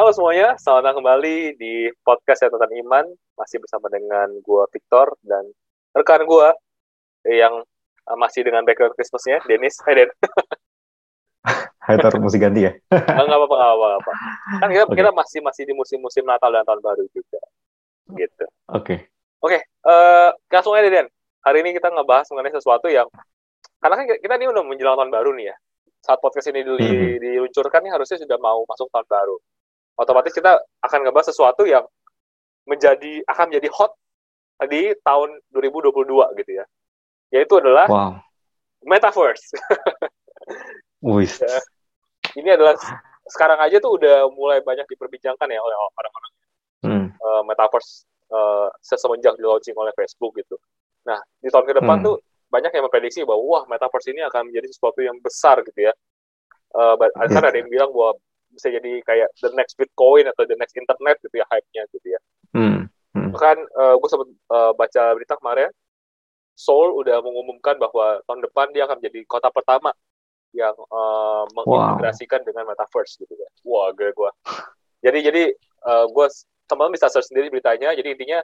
Halo semuanya, selamat datang kembali di podcast Catatan Iman. Masih bersama dengan gue Victor dan rekan gue yang masih dengan background Christmas-nya, Dennis. Hai Den. Hater mesti ganti ya. Nggak apa-apa, nggak apa-apa. Kan kita Oke, masih di musim-musim Natal dan Tahun Baru juga, gitu. oke. Oke, langsung aja Den. Hari ini kita ngebahas mengenai sesuatu yang, karena kan kita ini udah menjelang Tahun Baru nih ya. Saat podcast ini Mhm. diluncurkan nih harusnya sudah mau masuk Tahun Baru. Otomatis kita akan ngebahas sesuatu yang akan menjadi hot di tahun 2022 gitu ya. Yaitu adalah Wow. metaverse. Wis. Ya, ini adalah sekarang aja tuh udah mulai banyak diperbincangkan ya oleh orang-orang Hmm. metaverse semenjak di launching oleh Facebook gitu. Nah, di tahun ke depan Hmm. tuh banyak yang memprediksi bahwa wah metaverse ini akan menjadi sesuatu yang besar gitu ya. Kan Yes. ada yang bilang bahwa bisa jadi kayak the next Bitcoin atau the next internet gitu ya hype-nya gitu ya. Hmm. Hmm. Bahkan gue sempat baca berita kemarin Seoul udah mengumumkan bahwa tahun depan dia akan menjadi kota pertama yang Wow. mengintegrasikan dengan metaverse gitu ya. Wah, gue. Jadi gue teman-teman bisa search sendiri beritanya. Jadi intinya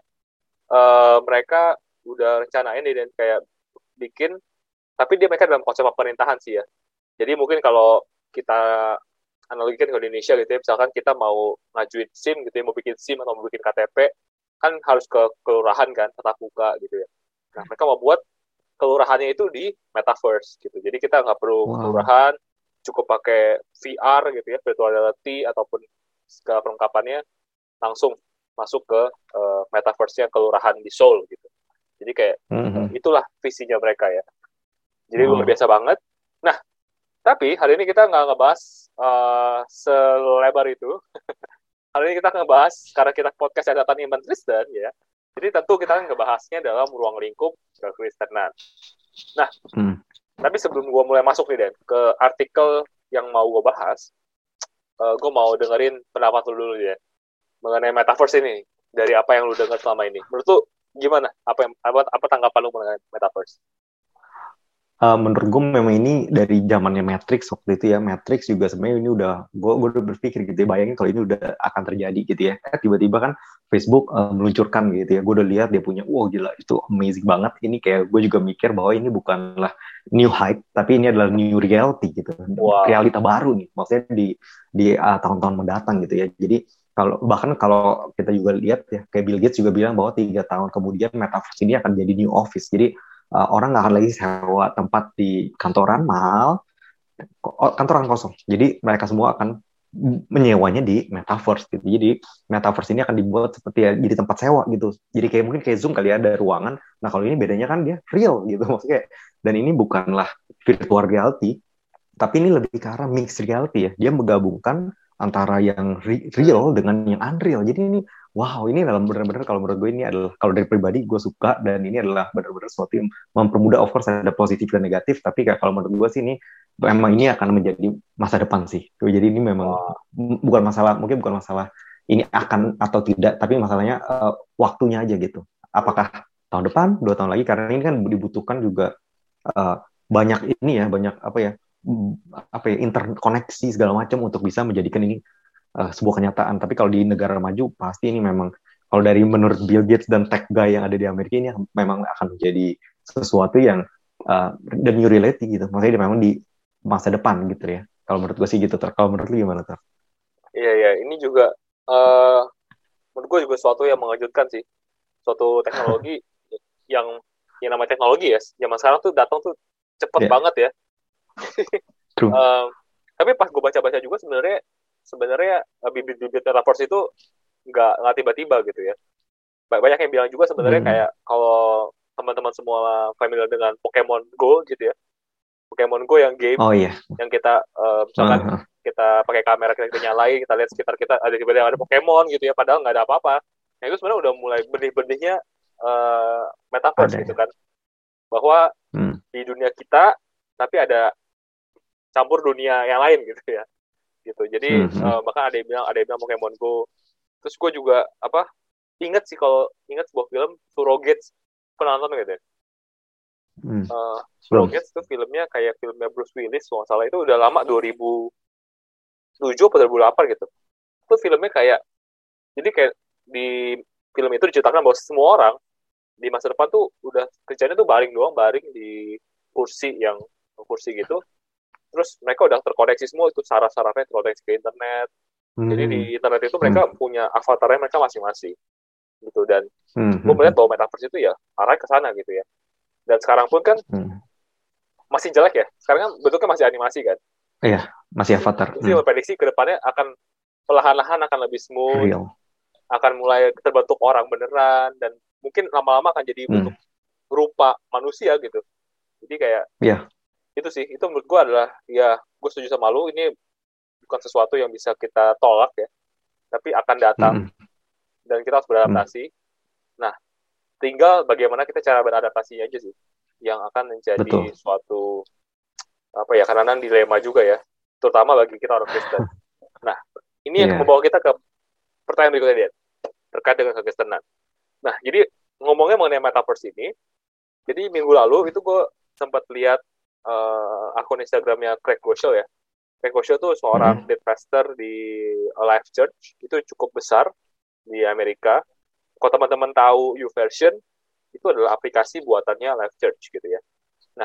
mereka udah rencanain dan kayak bikin, tapi mereka dalam konsep pemerintahan sih ya. Jadi mungkin kalau kita analogikan ke Indonesia gitu ya, misalkan kita mau ngajuin SIM gitu ya, mau bikin SIM atau mau bikin KTP, kan harus ke kelurahan kan, tatap muka gitu ya. Nah, mereka mau buat kelurahannya itu di metaverse gitu. Jadi kita nggak perlu Wow. kelurahan, cukup pakai VR gitu ya, virtual reality ataupun segala perlengkapannya langsung masuk ke metaverse-nya kelurahan di Seoul gitu. Jadi kayak Mhm. itulah visinya mereka ya. Jadi luar Wow. biasa banget. Nah, tapi hari ini kita nggak ngebahas selebar itu. Hari ini kita ngebahas, karena kita podcast catatan Iman Kristen ya. Jadi tentu kita akan ngebahasnya dalam ruang lingkup kekristenan. Nah, Hmm. tapi sebelum gue mulai masuk nih Den, ke artikel yang mau gue bahas, gue mau dengerin pendapat lu dulu ya mengenai metaverse ini. Dari apa yang lu dengar selama ini, menurut lu gimana? Apa tanggapan lu mengenai metaverse? Menurut gue memang ini dari zamannya Matrix waktu itu ya. Matrix juga sebenarnya ini gue udah berpikir gitu ya. Bayangin kalau ini udah akan terjadi gitu ya. Tiba-tiba kan Facebook meluncurkan gitu ya. Gue udah lihat dia punya, wow gila itu amazing banget. Ini kayak gue juga mikir bahwa ini bukanlah new hype, tapi ini adalah new reality gitu. Wow, Realita baru nih. Maksudnya di tahun-tahun mendatang gitu ya. Jadi kalau kita juga lihat ya, kayak Bill Gates juga bilang bahwa 3 tahun kemudian metaverse ini akan jadi new office. Jadi orang nggak akan lagi sewa tempat di kantoran mahal, kantoran kosong. Jadi mereka semua akan menyewanya di metaverse gitu. Jadi metaverse ini akan dibuat seperti ya jadi tempat sewa gitu. Jadi kayak mungkin kayak Zoom kali ya ada ruangan. Nah kalau ini bedanya kan dia real gitu maksudnya. Dan ini bukanlah virtual reality, tapi ini lebih ke arah mixed reality ya. Dia menggabungkan antara yang real dengan yang unreal. Jadi ini wow, ini dalam benar-benar kalau menurut gue ini adalah kalau dari pribadi gue suka dan ini adalah benar-benar sesuatu yang mempermudah, of course ada positif dan negatif, tapi kalau menurut gue sih ini memang ini akan menjadi masa depan sih. Jadi ini memang wow. bukan masalah, mungkin bukan masalah ini akan atau tidak, tapi masalahnya waktunya aja gitu. Apakah tahun depan, 2 tahun lagi? Karena ini kan dibutuhkan juga uh, banyak ini ya, banyak apa ya interkoneksi segala macam untuk bisa menjadikan ini sebuah kenyataan. Tapi kalau di negara maju pasti ini memang kalau dari menurut Bill Gates dan tech guy yang ada di Amerika ini memang akan menjadi sesuatu yang the new reality gitu. Maksudnya memang di masa depan gitu ya. Kalau menurut gue sih gitu. Kalau menurut lu gimana tuh? Iya, iya, ini juga uh, menurut gue juga suatu yang mengejutkan sih. Suatu teknologi yang namanya teknologi ya, zaman sekarang tuh datang tuh cepet Ya, yeah, banget ya. true. Um, tapi pas gue baca-baca juga sebenarnya sebenarnya bibit-bibit metaverse itu nggak tiba-tiba gitu ya. Banyak yang bilang juga sebenarnya Hmm. kayak kalau teman-teman semua familiar dengan Pokemon Go gitu ya. Pokemon Go yang game Oh iya. yang kita misalkan Uh-huh. kita pakai kamera kita nyalain, kita lihat sekitar kita ada tiba-tiba ada Pokemon gitu ya, padahal nggak ada apa-apa. Nah itu sebenarnya udah mulai benih-benihnya metaverse Ada gitu ya. kan, bahwa Hmm. di dunia kita tapi ada campur dunia yang lain gitu ya, gitu. Jadi Hmm. bahkan ada yang bilang Pokemon Go. Terus gue juga inget sih, kalau inget sebuah film Surrogates, pernah nonton gitu ya. Hmm. Belum. Surrogates itu filmnya kayak filmnya Bruce Willis kalau nggak salah, itu udah lama, 2007 atau 2008 gitu. tuh filmnya kayak, jadi kayak di film itu diceritakan bahwa semua orang di masa depan tuh udah kerjanya tuh baring di kursi gitu, terus mereka udah terkoneksi semua, itu saraf-sarafnya terkoneksi ke internet. Jadi di internet itu mereka punya avatarnya mereka masing-masing gitu, dan gue melihat bahwa metaverse itu ya arah ke sana gitu ya. Dan sekarang pun kan masih jelek ya, sekarang kan bentuknya masih animasi kan. Iya, masih avatar. Jadi memprediksi ke depannya akan perlahan-lahan akan lebih smooth, Real. akan mulai terbentuk orang beneran, dan mungkin lama-lama akan jadi bentuk rupa manusia gitu. Jadi kayak itu sih, itu menurut gue adalah, ya gue setuju sama lu, ini bukan sesuatu yang bisa kita tolak ya, tapi akan datang dan kita harus beradaptasi. Nah, tinggal bagaimana kita cara beradaptasinya aja sih yang akan menjadi suatu apa ya, karena dilema juga ya, terutama bagi kita orang Kristen. Nah, ini yang membawa kita ke pertanyaan berikutnya, Dian, terkait dengan kekristenan. Nah, jadi ngomongnya mengenai metaverse ini, jadi minggu lalu itu gue sempat lihat akun Instagramnya Craig Groeschel ya. Craig Groeschel itu seorang lead pastor di Life Church, itu cukup besar di Amerika. Kalau teman-teman tahu YouVersion, itu adalah aplikasi buatannya Life Church gitu ya. Nah,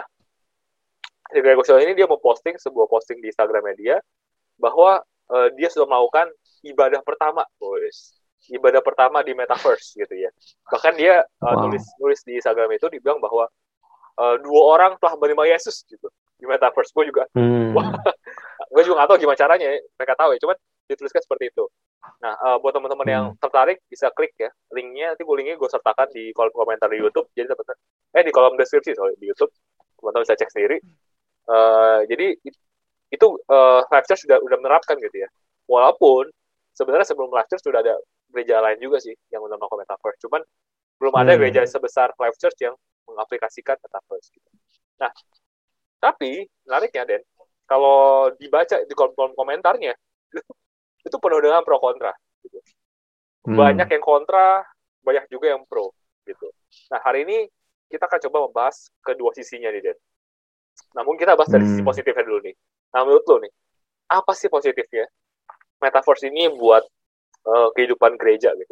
Craig Groeschel ini dia memposting sebuah posting di Instagramnya dia bahwa dia sudah melakukan ibadah pertama, boys. Ibadah pertama di metaverse gitu ya. Bahkan dia nulis di Instagram itu, dibilang bahwa 2 orang telah menerima Yesus gitu di metaverse. Gue juga gue juga nggak tahu gimana caranya ya, mereka tahu ya, cuman dituliskan seperti itu. Nah, buat teman-teman yang tertarik bisa klik ya linknya, nanti linknya gue sertakan di kolom komentar di YouTube, jadi di kolom deskripsi di YouTube, teman-teman bisa cek sendiri. Jadi itu Life Church udah menerapkan gitu ya, walaupun sebenarnya sebelum Life Church sudah ada gereja lain juga sih yang udah melakukan metaverse, cuman belum ada gereja sebesar Life Church yang mengaplikasikan metaverse gitu. Nah, tapi menariknya, Den, kalau dibaca di kolom komentarnya itu penuh dengan pro kontra gitu. Banyak yang kontra, banyak juga yang pro gitu. Nah, hari ini kita akan coba membahas kedua sisinya nih, Den. Namun kita bahas dari sisi positifnya dulu nih. Nah, menurut lo nih, apa sih positifnya metaverse ini buat kehidupan gereja gitu?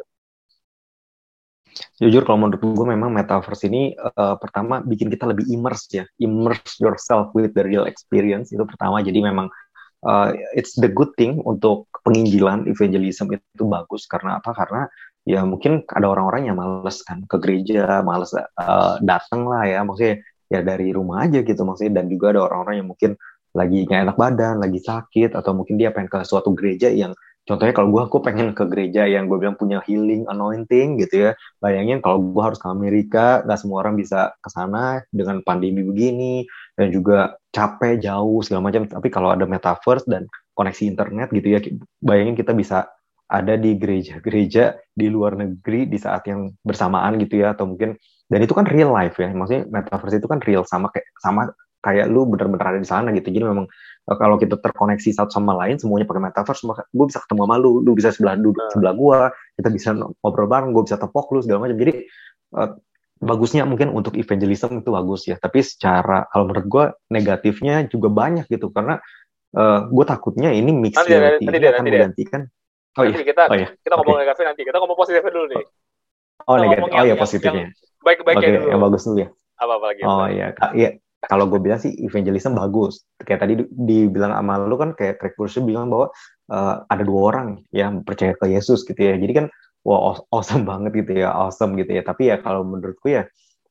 Jujur kalau menurut gue memang metaverse ini pertama bikin kita lebih immerse yourself with the real experience, itu pertama. Jadi memang it's the good thing untuk penginjilan, evangelism itu bagus. Karena apa? Karena ya mungkin ada orang-orang yang males kan ke gereja, males datang lah ya, maksudnya ya dari rumah aja gitu maksudnya. Dan juga ada orang-orang yang mungkin lagi nggak enak badan, lagi sakit, atau mungkin dia pengen ke suatu gereja yang, contohnya kalau aku pengen ke gereja yang gue bilang punya healing anointing gitu ya. Bayangin kalau gue harus ke Amerika, nggak semua orang bisa ke sana dengan pandemi begini, dan juga capek, jauh, segala macam. Tapi kalau ada metaverse dan koneksi internet gitu ya, bayangin kita bisa ada di gereja-gereja di luar negeri di saat yang bersamaan gitu ya, atau mungkin, dan itu kan real life ya, maksudnya metaverse itu kan real, sama kayak lu benar-benar ada di sana gitu. Jadi memang kalau kita terkoneksi satu sama lain, semuanya pakai metaverse, maka gue bisa ketemu sama lu bisa duduk sebelah gue, kita bisa ngobrol bareng, gue bisa tepok lu segala macam. Jadi bagusnya mungkin untuk evangelism itu bagus ya, tapi secara kalau menurut gue negatifnya juga banyak gitu, karena gue takutnya ini mixed reality ini akan menggantikan. Kita ngomong negatif nanti, kita ngomong positifnya dulu nih. Negatif, positifnya. Baik-baiknya dulu. Yang bagus dulu ya. Apa lagi? Iya. Kalau gue bilang sih evangelism bagus. Kayak tadi dibilang sama lu kan, kayak Craig Groeschel bilang bahwa ada 2 orang yang percaya ke Yesus gitu ya. Jadi kan awesome banget gitu ya, awesome gitu ya. Tapi ya kalau menurutku ya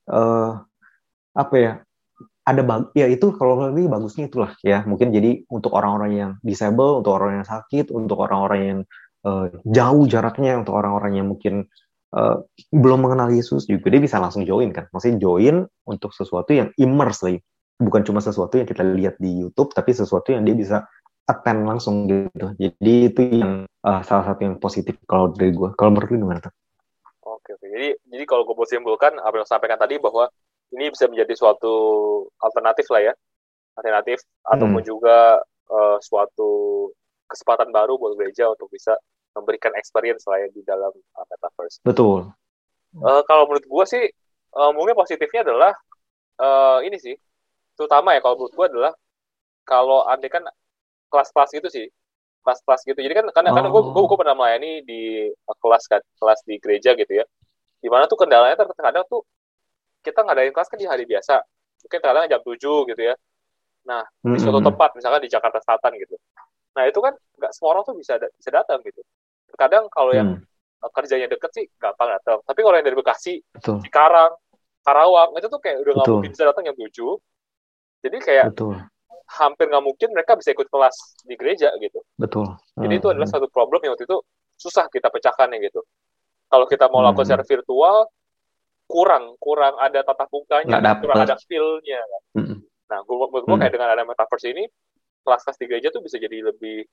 apa ya, ya itu kalau lebih bagusnya itulah ya. Mungkin jadi untuk orang-orang yang disable, untuk orang yang sakit, untuk orang-orang yang jauh jaraknya, untuk orang-orang yang mungkin belum mengenal Yesus juga, dia bisa langsung join kan. Maksudnya join untuk sesuatu yang immerse lagi. Bukan cuma sesuatu yang kita lihat di YouTube, tapi sesuatu yang dia bisa attend langsung gitu. Jadi itu yang salah satu yang positif kalau dari gue. Kalau menurut lu gimana tuh? Oke. Jadi kalau gue mau simpulkan apa yang sampaikan tadi, bahwa ini bisa menjadi suatu alternatif lah ya. Alternatif ataupun juga suatu kesempatan baru buat gereja untuk bisa memberikan experience lah ya di dalam metaverse. Betul. Kalau menurut gue sih, mungkin positifnya adalah ini sih, terutama ya kalau menurut gue adalah kalau andai kan kelas-kelas itu sih, kelas-kelas gitu. Jadi kan kadang-kadang gue pernah melayani di kelas di gereja gitu ya. Dimana tuh kendalanya terkadang tuh kita ngadain kelas kan di hari biasa. Mungkin kadang jam 7 gitu ya. Nah, di suatu tempat, misalkan di Jakarta Selatan gitu. Nah, itu kan nggak semua orang tuh bisa datang gitu. Kadang kalau yang kerjanya deket sih gampang datang. Tapi kalau yang dari Bekasi, Cikarang, Karawang, itu tuh kayak udah nggak mungkin bisa datang jam 7. Jadi kayak hampir nggak mungkin mereka bisa ikut kelas di gereja gitu. Jadi itu adalah satu problem yang waktu itu susah kita pecahkannya gitu. Kalau kita mau lakukan secara virtual, kurang ada tatap mukanya, kurang ada feel-nya. Nah, menurut gue kayak dengan ada metaverse ini, kelas-kelas di gereja tuh bisa jadi lebih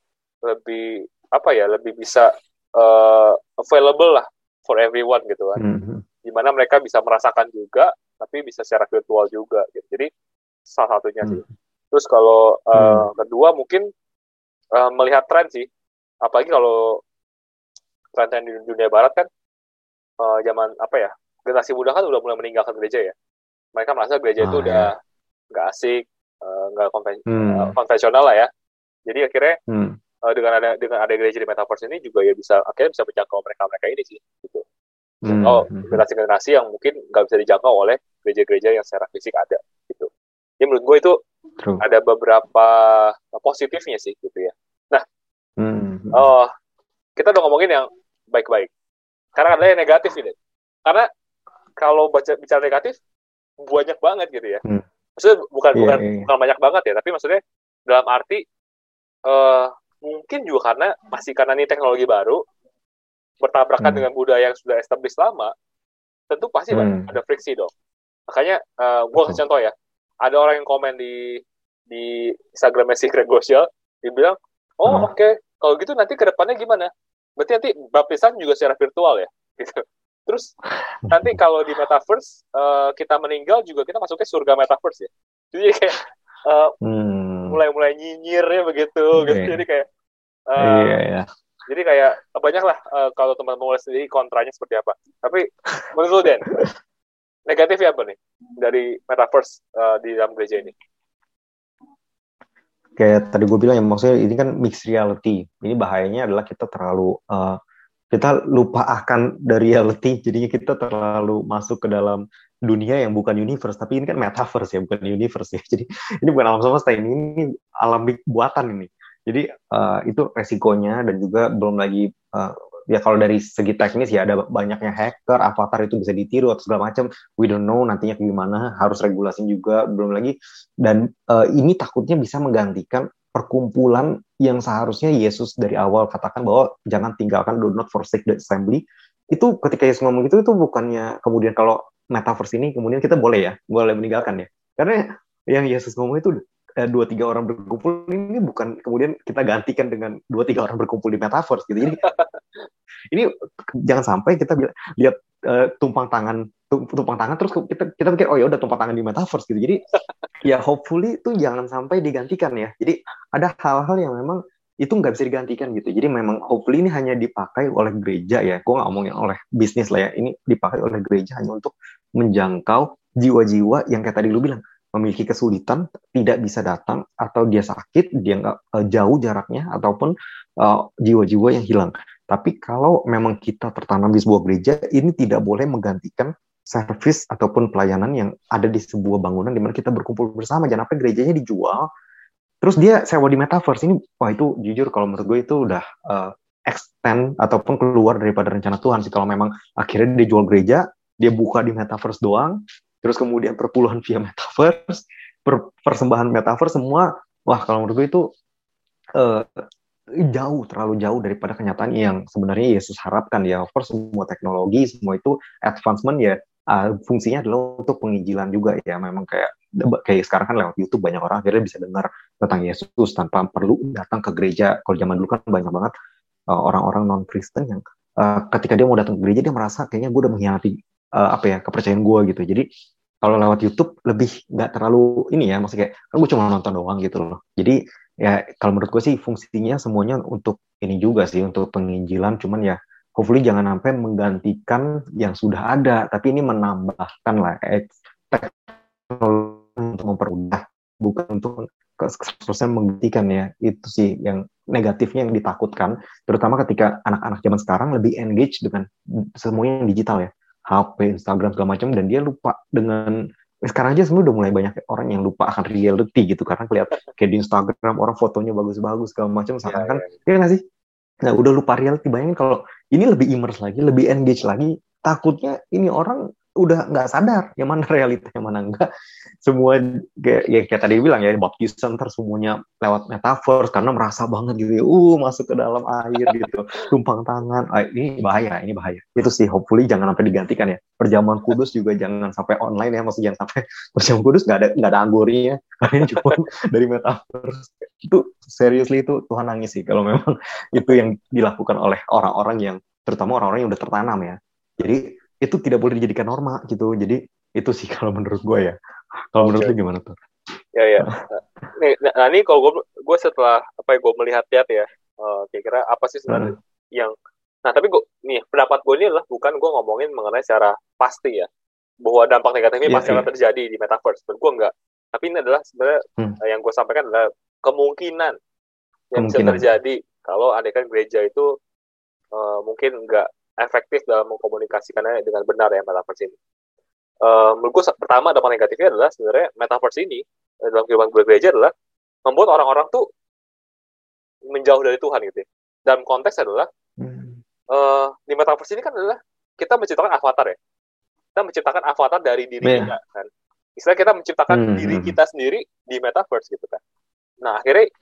bisa available lah for everyone gitu kan. Dimana mereka bisa merasakan juga, tapi bisa secara virtual juga gitu. Jadi salah satunya sih. Terus kalau kedua mungkin melihat tren sih, apalagi kalau tren di dunia barat kan zaman generasi muda kan udah mulai meninggalkan gereja ya. Mereka merasa gereja itu udah nggak asik, nggak konvensional lah ya. Jadi akhirnya dengan ada gereja di metaverse ini juga ya akhirnya bisa menjangkau mereka ini sih gitu. Generasi-generasi yang mungkin nggak bisa dijangkau oleh gereja-gereja yang secara fisik ada gitu. Jadi menurut gue itu ada beberapa positifnya sih gitu ya. Nah, kita udah ngomongin yang baik-baik. Karena ada yang negatif ini. Karena kalau bicara negatif banyak banget gitu ya. Maksudnya bukan banyak banget ya, tapi maksudnya dalam arti mungkin juga karena ini teknologi baru bertabrakan dengan budaya yang sudah established lama, tentu pasti ada friksi dong. Makanya gue kasih contoh ya, ada orang yang komen di Instagramnya Secret Gospel, dia bilang, oke, kalau gitu nanti ke depannya gimana? Berarti nanti baptisan juga secara virtual ya, gitu. Terus nanti kalau di metaverse kita meninggal juga kita masuknya surga metaverse ya. Jadi kayak mulai nyinyir ya begitu. Jadi kayak jadi kayak banyak lah kalau teman-teman sendiri kontranya seperti apa. Tapi menurut Dan, negatifnya apa nih dari metaverse di dalam gereja ini? Kayak tadi gue bilang ya, maksudnya ini kan mixed reality. Ini bahayanya adalah kita terlalu kita lupa akan dari reality, jadinya kita terlalu masuk ke dalam dunia yang bukan universe, tapi ini kan metaverse ya, bukan universe ya. Jadi ini bukan alam semesta, ini alam buatan ini. Jadi itu resikonya, dan juga belum lagi ya kalau dari segi teknis ya ada banyaknya hacker, avatar itu bisa ditiru atau segala macam. We don't know nantinya gimana, harus regulasi juga, belum lagi. Dan ini takutnya bisa menggantikan perkumpulan yang seharusnya Yesus dari awal katakan bahwa jangan tinggalkan, do not forsake the assembly. Itu ketika Yesus ngomong itu bukannya kemudian kalau metaverse ini kemudian kita boleh meninggalkan ya. Karena yang Yesus ngomong itu 2-3 orang berkumpul, ini bukan kemudian kita gantikan dengan 2-3 orang berkumpul di metaverse gitu. Jadi ini jangan sampai kita lihat tumpang tangan terus kita pikir oh ya udah tumpang tangan di metaverse gitu. Jadi ya hopefully itu jangan sampai digantikan ya. Jadi ada hal-hal yang memang itu nggak bisa digantikan gitu. Jadi memang hopefully ini hanya dipakai oleh gereja ya. Gue nggak ngomongin oleh bisnis lah ya. Ini dipakai oleh gereja hanya untuk menjangkau jiwa-jiwa yang kayak tadi lu bilang, memiliki kesulitan, tidak bisa datang, atau dia sakit, dia nggak jauh jaraknya, ataupun jiwa-jiwa yang hilang. Tapi kalau memang kita tertanam di sebuah gereja, ini tidak boleh menggantikan servis ataupun pelayanan yang ada di sebuah bangunan di mana kita berkumpul bersama. Jangan sampai gerejanya dijual, terus dia sewa di metaverse. Ini, wah itu jujur kalau menurut gue itu udah extend ataupun keluar daripada rencana Tuhan sih. Kalau memang akhirnya dia jual gereja, dia buka di metaverse doang, terus kemudian perpuluhan via metaverse, persembahan metaverse semua, wah kalau menurut gue itu terlalu jauh daripada kenyataan yang sebenarnya Yesus harapkan ya. Of course semua teknologi, semua itu advancement ya, fungsinya adalah untuk penginjilan juga ya. Memang kayak sekarang kan lewat YouTube banyak orang akhirnya bisa dengar tentang Yesus tanpa perlu datang ke gereja. Kalau zaman dulu kan banyak banget orang-orang non-Kristen yang ketika dia mau datang ke gereja dia merasa kayaknya gue udah mengkhianati kepercayaan gue gitu. Jadi kalau lewat YouTube lebih nggak terlalu ini ya, maksudnya kayak kan gue cuma nonton doang gitu loh. Jadi ya kalau menurut gue sih fungsinya semuanya untuk ini juga sih, untuk penginjilan. Cuman ya hopefully jangan sampai menggantikan yang sudah ada, tapi ini menambahkan lah teknologi untuk mempermudah, bukan untuk 100% menggantikan ya. Itu sih yang negatifnya yang ditakutkan, terutama ketika anak-anak zaman sekarang lebih engage dengan semuanya yang digital ya, HP, Instagram segala macam, dan dia lupa dengan sekarang aja sebenarnya udah mulai banyak orang yang lupa akan reality gitu karena kelihatan kayak di Instagram orang fotonya bagus-bagus segala macam, sekarang kan ya nggak sih? Nah udah lupa reality. Bayangin kalau ini lebih immerse lagi, lebih engage lagi, takutnya ini orang udah nggak sadar yang mana realita yang mana enggak. Semua kayak tadi bilang ya, baptisan ntar semuanya lewat metaverse karena merasa banget gitu ya, masuk ke dalam air gitu, tumpang tangan. Ini bahaya, ini bahaya. Itu sih hopefully jangan sampai digantikan ya. Perjamuan kudus juga jangan sampai online ya, maksudnya jangan sampai perjamuan kudus nggak ada anggurnya, kalian cuma dari metaverse. Itu seriously itu Tuhan nangis sih kalau memang itu yang dilakukan oleh orang-orang yang, terutama orang-orang yang udah tertanam ya. Jadi itu tidak boleh dijadikan norma gitu. Jadi itu sih kalau menurut gue ya. Kalau menurut lu gimana tuh? Ya. Nah ini kalau gue setelah gue melihat-lihat ya, kira-kira apa sih sebenarnya yang. Nah tapi pendapat gue ini adalah bukan gue ngomongin mengenai secara pasti ya, bahwa dampak negatifnya pasti akan terjadi di metaverse. Dan gue enggak. Tapi ini adalah sebenarnya yang gue sampaikan adalah kemungkinan yang bisa terjadi kalau adegan gereja itu mungkin enggak efektif dalam mengkomunikasikannya dengan benar ya metaverse ini. Menurut gue pertama dampak negatifnya adalah sebenarnya metaverse ini dalam kehidupan gereja adalah membuat orang-orang tuh menjauh dari Tuhan gitu ya. Dalam konteks adalah di metaverse ini kan adalah kita menciptakan avatar ya. Kita menciptakan avatar dari diri kita kan. Istilah kita menciptakan diri kita sendiri di metaverse gitu kan. Nah akhirnya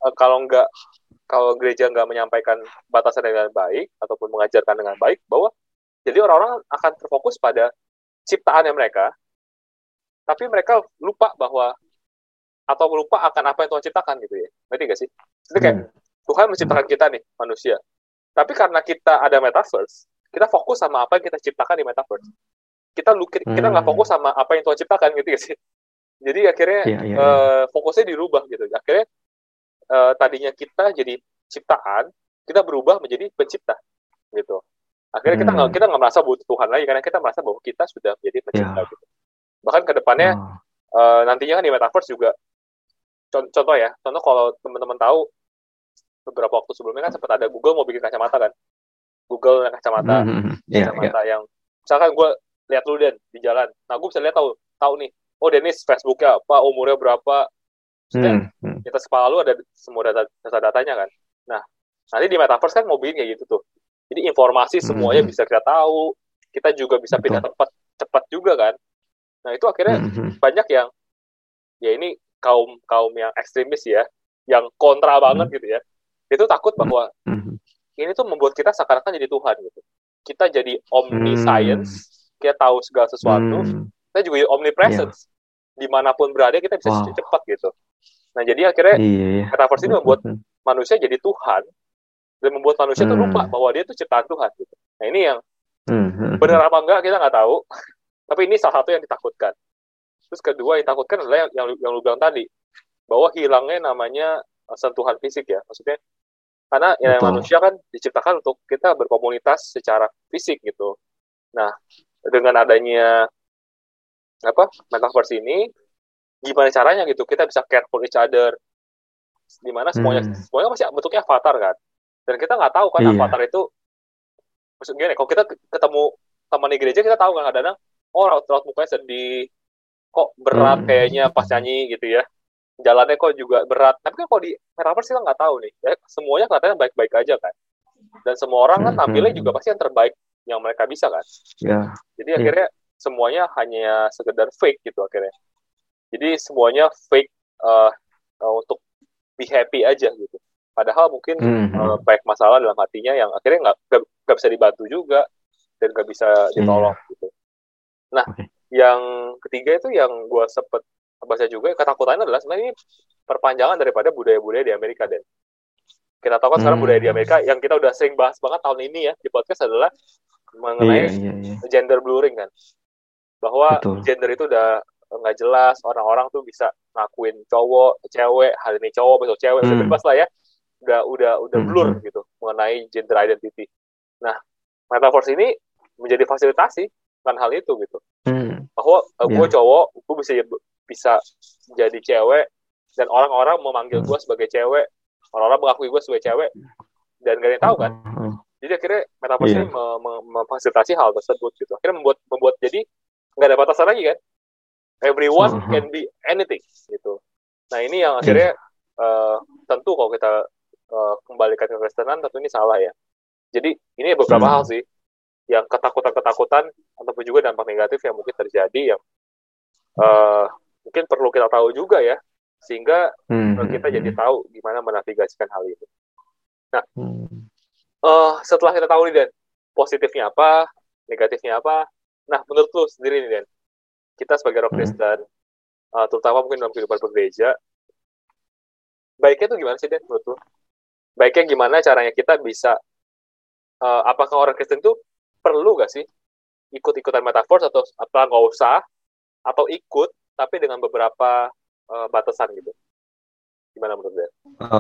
kalau gereja nggak menyampaikan batasan dengan baik ataupun mengajarkan dengan baik, bahwa jadi orang-orang akan terfokus pada ciptaannya mereka, tapi mereka lupa akan apa yang Tuhan ciptakan gitu ya. Ngerti nggak sih? Jadi kayak Tuhan menciptakan kita nih manusia, tapi karena kita ada metaverse, kita fokus sama apa yang kita ciptakan di metaverse. Kita nggak fokus sama apa yang Tuhan ciptakan gitu nggak sih? Jadi akhirnya fokusnya dirubah gitu. Akhirnya tadinya kita jadi ciptaan, kita berubah menjadi pencipta gitu. Akhirnya kita nggak merasa butuh Tuhan lagi karena kita merasa bahwa kita sudah menjadi pencipta gitu. Bahkan ke depannya nantinya kan di metaverse juga contoh kalau teman-teman tahu beberapa waktu sebelumnya kan sempat ada Google mau bikin kacamata kan. Google kacamata yang misalkan gue lihat lu Den di jalan. Nah, gue bisa lihat tahu nih. Oh, Dennis Facebooknya apa, umurnya berapa. Sudah di atas kepala lu ada semua data-datanya kan. Nah, nanti di metaverse kan mau bikin kayak gitu tuh. Jadi informasi semuanya bisa kita tahu. Kita juga bisa pindah tempat cepat juga kan. Nah, itu akhirnya banyak yang ya ini kaum yang ekstremis ya, yang kontra banget gitu ya. Itu takut bahwa ini tuh membuat kita seakan-akan jadi Tuhan gitu. Kita jadi omniscience, kita tahu segala sesuatu. Kita juga omnipresence. Dimanapun berada kita bisa cepat gitu. Nah, jadi akhirnya metaverse ini membuat manusia jadi Tuhan dan membuat manusia tuh lupa bahwa dia tuh ciptaan Tuhan gitu. Nah, ini yang benar apa enggak kita nggak tahu. Tapi ini salah satu yang ditakutkan. Terus kedua yang ditakutkan adalah yang lu bilang tadi, bahwa hilangnya namanya sentuhan fisik ya. Maksudnya karena manusia kan diciptakan untuk kita berkomunitas secara fisik gitu. Nah, dengan adanya metaverse ini, gimana caranya gitu kita bisa care for each other, dimana semuanya masih bentuknya avatar kan, dan kita nggak tahu kan avatar itu maksudnya kalau kita ketemu teman di gereja kita tahu kan kadang-kadang raut mukanya sedih, kok berat kayaknya pas nyanyi gitu ya, jalannya kok juga berat, tapi kan kalau di metaverse kita nggak tahu nih ya, semuanya kelihatannya baik-baik aja kan, dan semua orang kan tampilnya juga pasti yang terbaik yang mereka bisa kan. Jadi akhirnya semuanya hanya sekedar fake gitu akhirnya. Jadi semuanya fake untuk be happy aja gitu. Padahal mungkin banyak masalah dalam hatinya yang akhirnya nggak bisa dibantu juga dan nggak bisa ditolong gitu. Nah, yang ketiga itu yang gue sempet baca juga, ketakutannya adalah sebenarnya ini perpanjangan daripada budaya-budaya di Amerika, Dan. Kita tahu kan sekarang budaya di Amerika yang kita udah sering bahas banget tahun ini ya di podcast adalah mengenai gender blurring kan. Bahwa gender itu udah nggak jelas, orang-orang tuh bisa ngakuin cowok, cewek, hari ini cowok, besok cewek, udah bebas lah ya, udah blur gitu mengenai gender identity. Nah, metaverse ini menjadi fasilitasi kan hal itu gitu, bahwa gue cowok, gue bisa jadi cewek dan orang-orang memanggil gue sebagai cewek, Orang-orang mengakui gue sebagai cewek dan gak ada yang tahu kan. Jadi akhirnya metaverse ini memfasilitasi hal tersebut gitu. Akhirnya membuat jadi nggak ada batasan lagi kan. Everyone can be anything gitu. Nah ini yang akhirnya tentu kalau kita kembalikan ke Kristenan tentu ini salah ya. Jadi ini beberapa hal sih yang ketakutan-ketakutan ataupun juga dampak negatif yang mungkin terjadi yang mungkin perlu kita tahu juga ya, sehingga kita jadi tahu gimana menavigasikan hal itu. Nah, setelah kita tahu nih Dan, positifnya apa, negatifnya apa, nah menurut lu sendiri nih Dan, kita sebagai orang Kristen, terutama mungkin dalam kehidupan bergereja, baiknya tuh gimana sih Dan menurut lu? Baiknya gimana caranya kita bisa, apakah orang Kristen tuh perlu gak sih ikut-ikutan metaverse atau apa nggak usah, atau ikut tapi dengan beberapa batasan gitu? Gimana menurut Dan?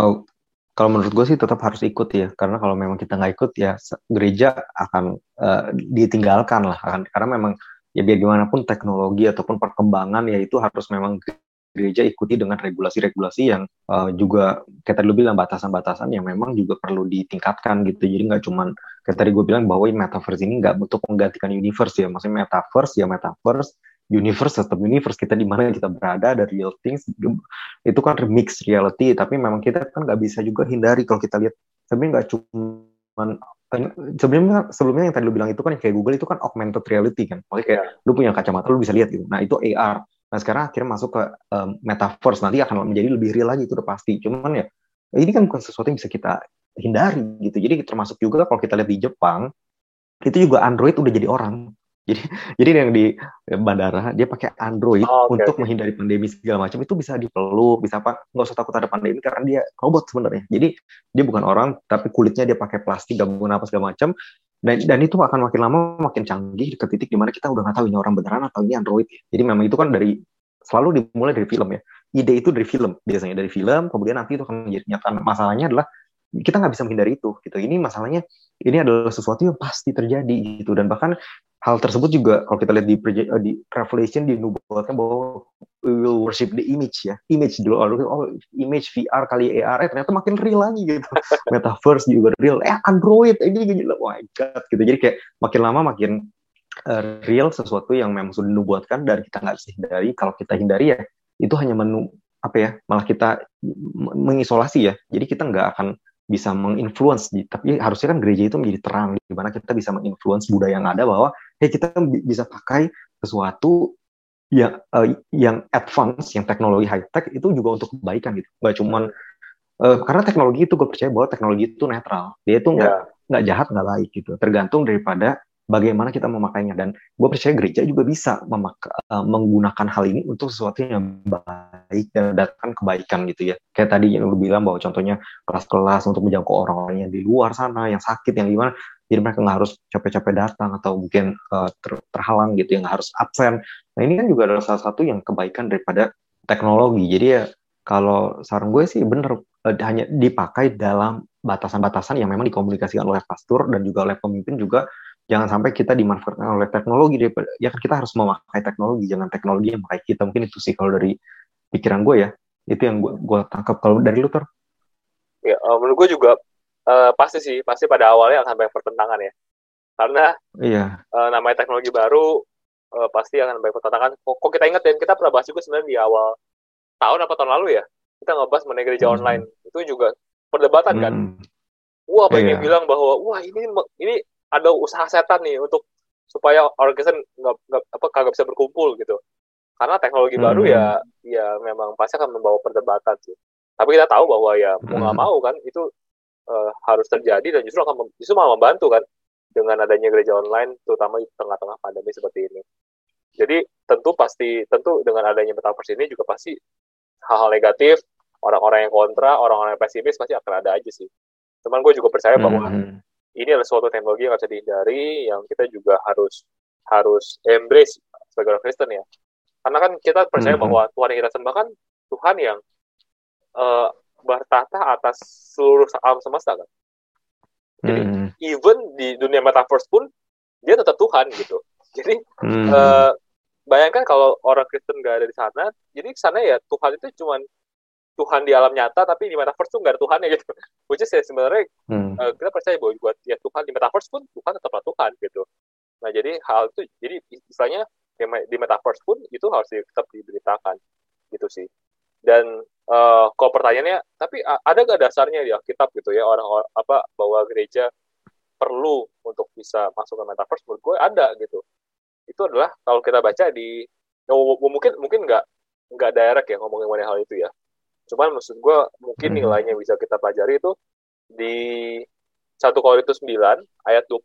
Kalau menurut gue sih tetap harus ikut ya, karena kalau memang kita nggak ikut ya gereja akan ditinggalkan lah, karena memang ya biar gimana pun teknologi ataupun perkembangan ya itu harus memang gereja ikuti dengan regulasi-regulasi yang juga kayak tadi lu bilang batasan-batasan yang memang juga perlu ditingkatkan gitu. Jadi nggak cuman kayak tadi gue bilang bahwa metaverse ini nggak untuk menggantikan universe ya, maksudnya metaverse, universe tetap universe, kita di mana kita berada, ada real things itu kan remix reality, tapi memang kita kan nggak bisa juga hindari kalau kita lihat sebenarnya nggak cuman sebelumnya yang tadi lu bilang itu kan kayak Google itu kan augmented reality kan, maksudnya kayak lu punya kacamata lu bisa lihat gitu, nah itu AR. Nah sekarang akhirnya masuk ke metaverse, nanti akan menjadi lebih real lagi, itu udah pasti. Cuman ya ini kan bukan sesuatu yang bisa kita hindari gitu. Jadi termasuk juga kalau kita lihat di Jepang itu juga Android udah jadi orang. Jadi yang di bandara dia pakai Android untuk menghindari pandemi segala macam, itu bisa dipeluk, bisa apa, nggak usah takut ada pandemi karena dia robot sebenarnya. Jadi dia bukan orang tapi kulitnya dia pakai plastik gabungan apa segala macam, dan itu akan makin lama makin canggih ke titik dimana kita udah nggak tahu ini orang beneran atau ini Android. Jadi memang itu kan selalu dimulai dari film ya. Ide itu dari film, biasanya dari film, kemudian nanti itu akan menjadi nyata. Masalahnya adalah kita nggak bisa menghindari itu gitu. Ini masalahnya, ini adalah sesuatu yang pasti terjadi gitu, dan bahkan hal tersebut juga kalau kita lihat di Revelation dinubuatkan bahwa we will worship the image ya, image dulu, image VR kali AR, ternyata makin real lagi gitu. Metaverse juga real, Android ini gila, oh my god gitu. Jadi kayak makin lama makin real sesuatu yang memang sudah dinubuatkan dan kita nggak bisa hindari. Kalau kita hindari ya itu hanya malah kita mengisolasi ya. Jadi kita nggak akan bisa menginfluence, tapi harusnya kan gereja itu menjadi terang di mana kita bisa menginfluence budaya yang ada, bahwa kita bisa pakai sesuatu yang advance, yang teknologi high tech itu juga untuk kebaikan gitu. Nggak cuman karena teknologi itu, gue percaya bahwa teknologi itu netral, dia itu nggak jahat nggak baik gitu, tergantung daripada bagaimana kita memakainya. Dan gue percaya gereja juga bisa menggunakan hal ini untuk sesuatu yang baik dan datang kebaikan gitu ya. Kayak tadi yang lu bilang bahwa contohnya kelas-kelas untuk menjangkau orang-orang yang di luar sana, yang sakit, yang gimana, jadi mereka nggak harus capek-capek datang atau mungkin terhalang gitu, yang harus absen. Nah ini kan juga adalah salah satu yang kebaikan daripada teknologi. Jadi ya kalau saran gue sih bener, hanya dipakai dalam batasan-batasan yang memang dikomunikasikan oleh pastor dan juga oleh pemimpin juga. Jangan sampai kita dimanfaatkan oleh teknologi, ya kan kita harus memakai teknologi, jangan teknologi yang memakai kita. Mungkin itu sih kalau dari pikiran gue ya, itu yang gue tangkap. Kalau dari lu Tor? Ya, menurut gue juga pasti pada awalnya akan banyak pertentangan ya, karena namanya teknologi baru pasti akan banyak pertentangan. Kok kita ingat, dan kita pernah bahas juga sebenarnya di awal tahun lalu ya, kita ngebahas mengenai gereja online, itu juga perdebatan kan. Wah, banyak yang bilang bahwa wah ini ada usaha setan nih untuk supaya orang Kristen kagak bisa berkumpul gitu. Karena teknologi baru ya memang pasti akan membawa perdebatan sih. Tapi kita tahu bahwa ya mau nggak mau kan itu harus terjadi, dan justru malah membantu kan dengan adanya gereja online, terutama di tengah-tengah pandemi seperti ini. Jadi tentu dengan adanya metaverse ini juga pasti hal-hal negatif, orang-orang yang kontra, orang-orang yang pesimis pasti akan ada aja sih. Cuman gue juga percaya bahwa ini adalah suatu teknologi yang harus dihindari, yang kita juga harus embrace sebagai orang Kristen ya. Karena kan kita percaya bahwa Tuhan yang kita sembah kan Tuhan yang bertata atas seluruh alam semesta kan. Jadi even di dunia metaverse pun dia tetap Tuhan gitu. Jadi bayangkan kalau orang Kristen nggak ada di sana, jadi di sana ya Tuhan itu Tuhan di alam nyata, tapi di metaverse tuh nggak ada Tuhannya gitu. Which is ya sebenarnya kita percaya bahwa buat ya Tuhan di metaverse pun Tuhan tetaplah Tuhan gitu. Nah jadi hal itu, jadi istilahnya di metaverse pun itu harus tetap diberitakan gitu sih. Dan kalau pertanyaannya, tapi ada nggak dasarnya di Alkitab gitu ya orang bahwa gereja perlu untuk bisa masuk ke metaverse? Menurut gue ada gitu. Itu adalah kalau kita baca di mungkin nggak direct ya ngomongin mengenai hal itu ya. Cuman maksud gue mungkin nilainya bisa kita pelajari itu di 1 Korintus 9 ayat 20.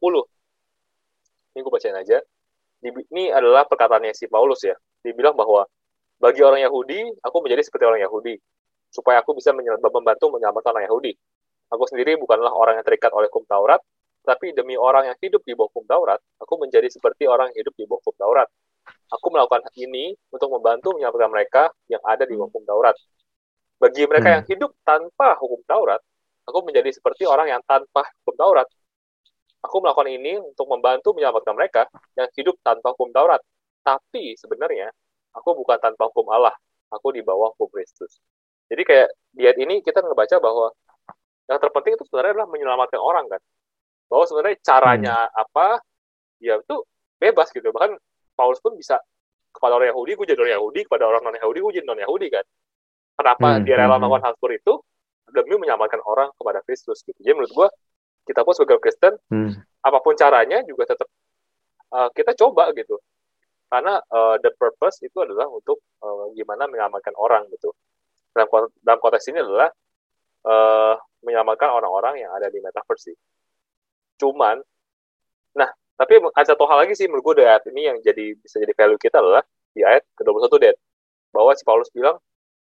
Ini gue bacain aja. Ini adalah perkataannya si Paulus ya. Dia bilang bahwa bagi orang Yahudi, aku menjadi seperti orang Yahudi, supaya aku bisa membantu menyelamatkan orang Yahudi. Aku sendiri bukanlah orang yang terikat oleh hukum Taurat, tapi demi orang yang hidup di bawah hukum Taurat, aku menjadi seperti orang yang hidup di bawah hukum Taurat. Aku melakukan ini untuk membantu menyelamatkan mereka yang ada di bawah hukum Taurat. Bagi mereka yang hidup tanpa hukum Taurat, aku menjadi seperti orang yang tanpa hukum Taurat. Aku melakukan ini untuk membantu menyelamatkan mereka yang hidup tanpa hukum Taurat. Tapi sebenarnya, aku bukan tanpa hukum Allah. Aku di bawah hukum Kristus. Jadi kayak di ayat ini kita ngebaca bahwa yang terpenting itu sebenarnya adalah menyelamatkan orang kan. Bahwa sebenarnya caranya apa, ya itu bebas gitu. Bahkan Paulus pun bisa kepada orang Yahudi, gue jadi orang Yahudi, kepada orang non-Yahudi, gue jadi non-Yahudi kan. Kenapa dia rela melakukan hal seperti itu? Demi menyelamatkan orang kepada Kristus gitu. Jadi menurut gue, kita pun sebagai Kristen, apapun caranya juga tetap kita coba gitu. Karena the purpose itu adalah untuk gimana menyelamatkan orang gitu. Dalam konteks ini adalah menyelamatkan orang-orang yang ada di metaverse sih. Cuman, nah, tapi ada satu hal lagi sih menurut gue dari ayat ini yang bisa jadi value kita adalah di ayat ke-21 Dan. Bahwa si Paulus bilang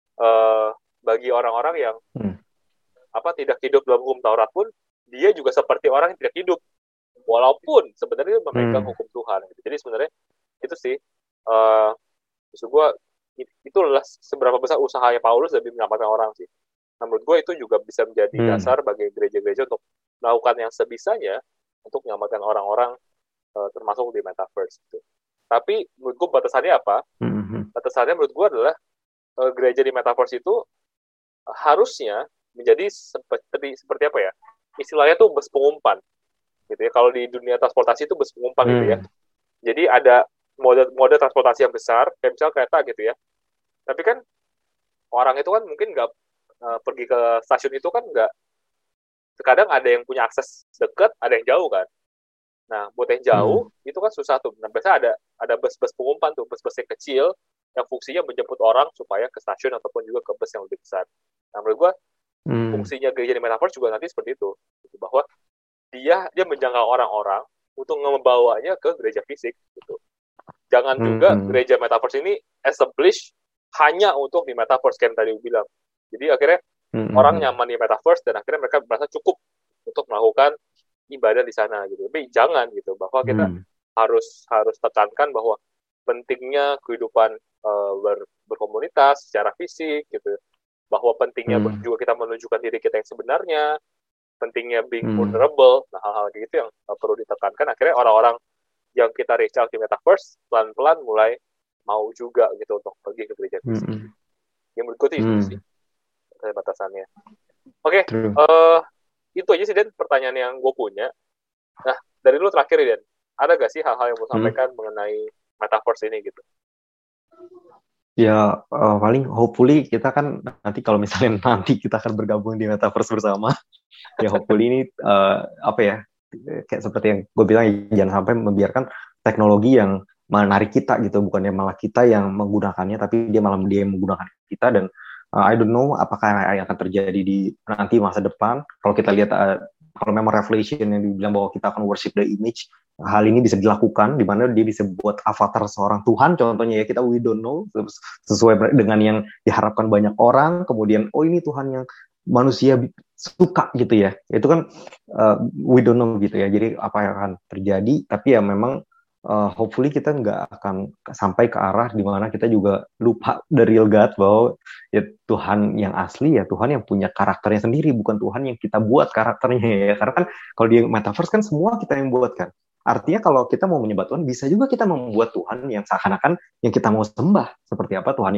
bagi orang-orang yang tidak hidup dalam hukum Taurat pun dia juga seperti orang yang tidak hidup walaupun sebenarnya memegang hukum Tuhan gitu. Jadi sebenarnya itu sih maksud gue itu adalah seberapa besar usahanya Paulus demi menyelamatkan orang sih. Nah, menurut gue itu juga bisa menjadi dasar bagi gereja-gereja untuk melakukan yang sebisanya untuk menyelamatkan orang-orang termasuk di metaverse gitu. Tapi menurut gue batasannya apa? Batasannya menurut gue adalah gereja di metaverse itu harusnya menjadi seperti apa ya? Istilahnya tuh bus pengumpan gitu ya. Kalau di dunia transportasi itu bus pengumpan gitu ya. Jadi ada mode transportasi yang besar, kayak misalnya kereta gitu ya. Tapi kan orang itu kan mungkin nggak pergi ke stasiun itu kan nggak. Terkadang ada yang punya akses dekat, ada yang jauh kan. Nah, buat yang jauh itu kan susah tuh. Nah, biasanya ada bus-bus pengumpan tuh, bus-bus yang kecil yang fungsinya menjemput orang supaya ke stasiun ataupun juga ke bus yang lebih besar. Nah, menurut gue fungsinya gereja di metaverse juga nanti seperti itu, bahwa dia menjangkau orang-orang untuk membawanya ke gereja fisik gitu. Jangan juga gereja metaverse ini establish hanya untuk di metaverse kayak tadi gue bilang. Jadi akhirnya orang nyaman di metaverse dan akhirnya mereka merasa cukup untuk melakukan ibadah di sana gitu. Tapi jangan gitu, bahwa kita harus tekankan bahwa pentingnya kehidupan berkomunitas secara fisik gitu. Bahwa pentingnya juga kita menunjukkan diri kita yang sebenarnya, pentingnya being vulnerable, nah hal-hal gitu yang perlu ditekankan. Akhirnya orang-orang yang kita reach out di metaverse pelan-pelan mulai mau juga gitu untuk pergi ke gereja fisik. Yang menurut gue itu sih batasannya. Oke, itu aja sih Dan pertanyaan yang gue punya. Nah, dari lu terakhir Dan, ada gak sih hal-hal yang mau sampaikan mengenai metaverse ini gitu? Ya paling hopefully kita kan nanti kalau misalnya nanti kita akan bergabung di metaverse bersama, ya hopefully ini kayak seperti yang gue bilang, jangan sampai membiarkan teknologi yang menarik kita gitu, bukannya malah kita yang menggunakannya, tapi dia yang menggunakan kita. Dan I don't know apakah yang akan terjadi di nanti masa depan. Kalau kita lihat kalau memang Revelation yang dibilang bahwa kita akan worship the image, hal ini bisa dilakukan, di mana dia bisa buat avatar seorang Tuhan, contohnya ya, we don't know, sesuai dengan yang diharapkan banyak orang, kemudian ini Tuhan yang manusia suka gitu ya, itu kan we don't know gitu ya, jadi apa yang akan terjadi. Tapi ya memang hopefully kita nggak akan sampai ke arah di mana kita juga lupa the real God, bahwa ya Tuhan yang asli ya Tuhan yang punya karakternya sendiri, bukan Tuhan yang kita buat karakternya ya. Karena kan kalau di metaverse kan semua kita yang buat kan. Artinya kalau kita mau menyembah Tuhan, bisa juga kita membuat Tuhan yang seakan-akan yang kita mau sembah. Seperti apa Tuhan yang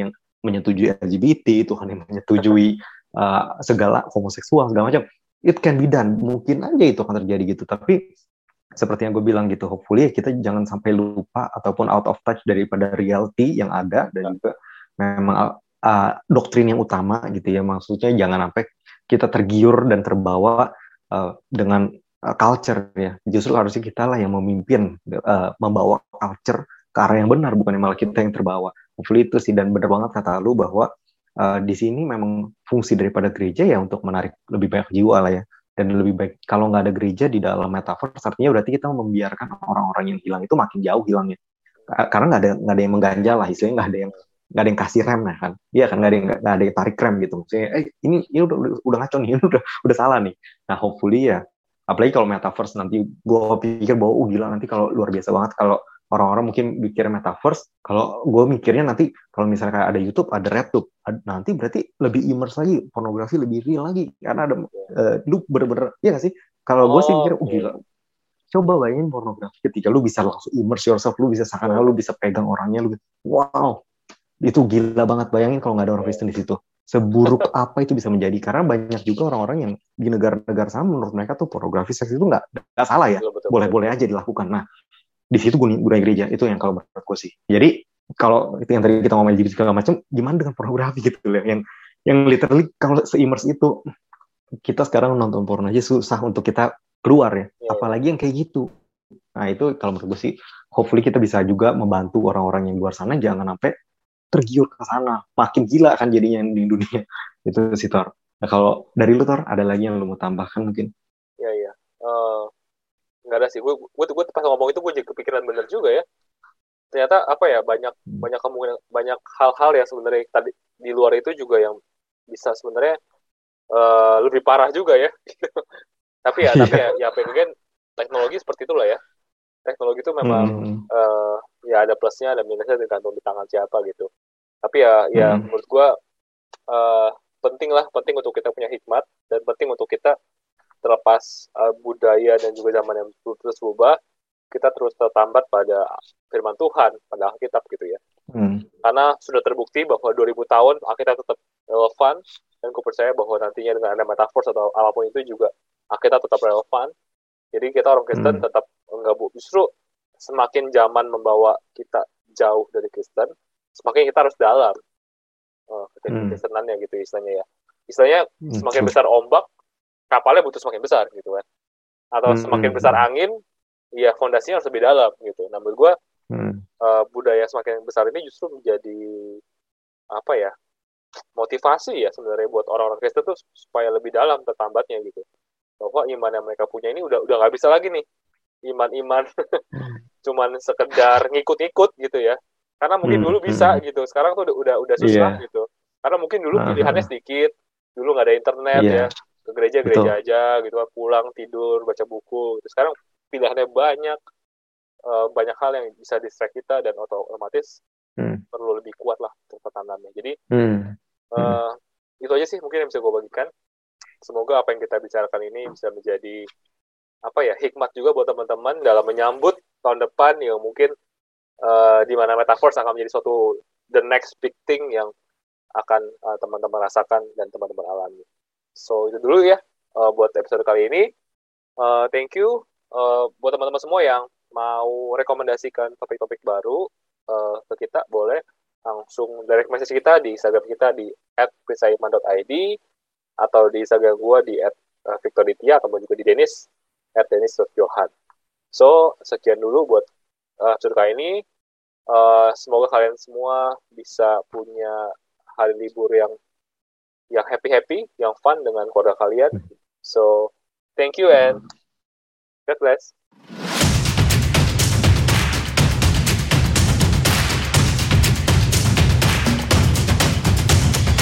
menyetujui LGBT, Tuhan yang menyetujui segala homoseksual segala macam. It can be done, mungkin aja itu akan terjadi gitu. Tapi seperti yang gue bilang gitu, hopefully kita jangan sampai lupa ataupun out of touch daripada reality yang ada, dan juga memang doktrin yang utama gitu ya. Maksudnya jangan sampai kita tergiur dan terbawa dengan culture ya. Justru harusnya kita lah yang memimpin, membawa culture ke arah yang benar, bukan malah kita yang terbawa. Hopefully itu sih, dan benar banget kata lu bahwa di sini memang fungsi daripada gereja ya untuk menarik lebih banyak jiwa lah ya. Dan lebih baik kalau nggak ada gereja di dalam metaverse, artinya berarti kita membiarkan orang-orang yang hilang itu makin jauh hilangnya. Karena nggak ada yang mengganjal lah, istilahnya nggak ada yang kasih rem ya kan. Iya kan, nggak ada yang tarik rem gitu. Maksudnya ini udah ngaco nih, ini udah salah nih. Nah hopefully ya, apalagi kalau metaverse nanti gue pikir bahwa gila, nanti kalau luar biasa banget kalau orang-orang mungkin mikir metaverse. Kalau gue mikirnya nanti kalau misalnya kayak ada YouTube, ada RedTube, nanti berarti lebih immerse lagi, pornografi lebih real lagi karena ada lu bener-bener, ya nggak sih? Kalau gue sih mikir gila, coba bayangin pornografi ketika lu bisa langsung immerse yourself, lu bisa seakan lu bisa pegang orangnya, lu wow, itu gila banget. Bayangin kalau nggak ada orang Kristen di situ, seburuk apa itu bisa menjadi. Karena banyak juga orang-orang yang di negara-negara sama, menurut mereka tuh pornografi seks itu nggak salah ya, boleh-boleh aja dilakukan. Nah di situ gunanya gereja itu yang kalau menurut gue sih. Jadi kalau itu yang tadi kita ngomongin LGBT segala macam, gimana dengan pornografi gitu loh, yang literally kalau se-immerse itu, kita sekarang nonton porno aja susah untuk kita keluar ya, apalagi yang kayak gitu. Nah itu kalau menurut gue sih, hopefully kita bisa juga membantu orang-orang yang luar sana jangan sampai tergiur ke sana, makin gila kan jadinya di dunia. Itu sih Tor. Nah kalau dari lu Tor, ada lagi yang lu mau tambahkan mungkin? Iya. Nggak ada sih, gue pas ngomong itu gue jadi kepikiran bener juga ya, ternyata apa ya, banyak kemungkinan, banyak hal-hal yang sebenarnya tadi di luar itu juga yang bisa sebenarnya lebih parah juga ya. tapi again, teknologi seperti itulah ya, teknologi itu memang ya ada plusnya ada minusnya, tergantung di tangan siapa gitu. Tapi ya menurut gue penting untuk kita punya hikmat, dan penting untuk kita terlepas budaya dan juga zaman yang terus berubah, kita terus tertambat pada firman Tuhan, pada Alkitab gitu ya. Karena sudah terbukti bahwa 2000 tahun Alkitab tetap relevan, dan aku percaya bahwa nantinya dengan ada metaverse atau apapun itu juga Alkitab tetap relevan. Jadi kita orang Kristen tetap justru semakin zaman membawa kita jauh dari Kristen, semakin kita harus dalam Kristenannya gitu istilahnya ya. Istilahnya semakin besar ombak, kapalnya butuh semakin besar gitu kan. Atau semakin besar angin, ya fondasinya harus lebih dalam gitu. Nah menurut gue budaya semakin besar ini justru menjadi apa ya, motivasi ya sebenarnya buat orang-orang Kristen tuh supaya lebih dalam tertambatnya gitu. Bahwa iman yang mereka punya ini udah nggak bisa lagi nih iman cuman sekedar ngikut-ngikut gitu ya. Karena mungkin dulu bisa gitu, sekarang tuh udah susah gitu. Karena mungkin dulu pilihannya sedikit, dulu nggak ada internet ya, ke gereja aja gitu, pulang tidur baca buku gitu. Sekarang pilihannya banyak hal yang bisa distract kita, dan otomatis perlu lebih kuat lah untuk pertahanannya. Jadi itu aja sih mungkin yang bisa gue bagikan. Semoga apa yang kita bicarakan ini bisa menjadi apa ya, hikmat juga buat teman-teman dalam menyambut tahun depan yang mungkin di mana metaverse akan menjadi suatu the next big thing yang akan teman-teman rasakan dan teman-teman alami. So itu dulu ya buat episode kali ini. Thank you buat teman-teman semua yang mau rekomendasikan topik-topik baru ke kita, boleh langsung direct message kita di Instagram kita di @prisaiman.id, atau di Instagram gue di @victoriditya, atau juga di Dennis @dennis.johan. So sekian dulu buat episode kali ini. Semoga kalian semua bisa punya hari libur yang happy, yang fun dengan keluarga kalian. So thank you and God bless.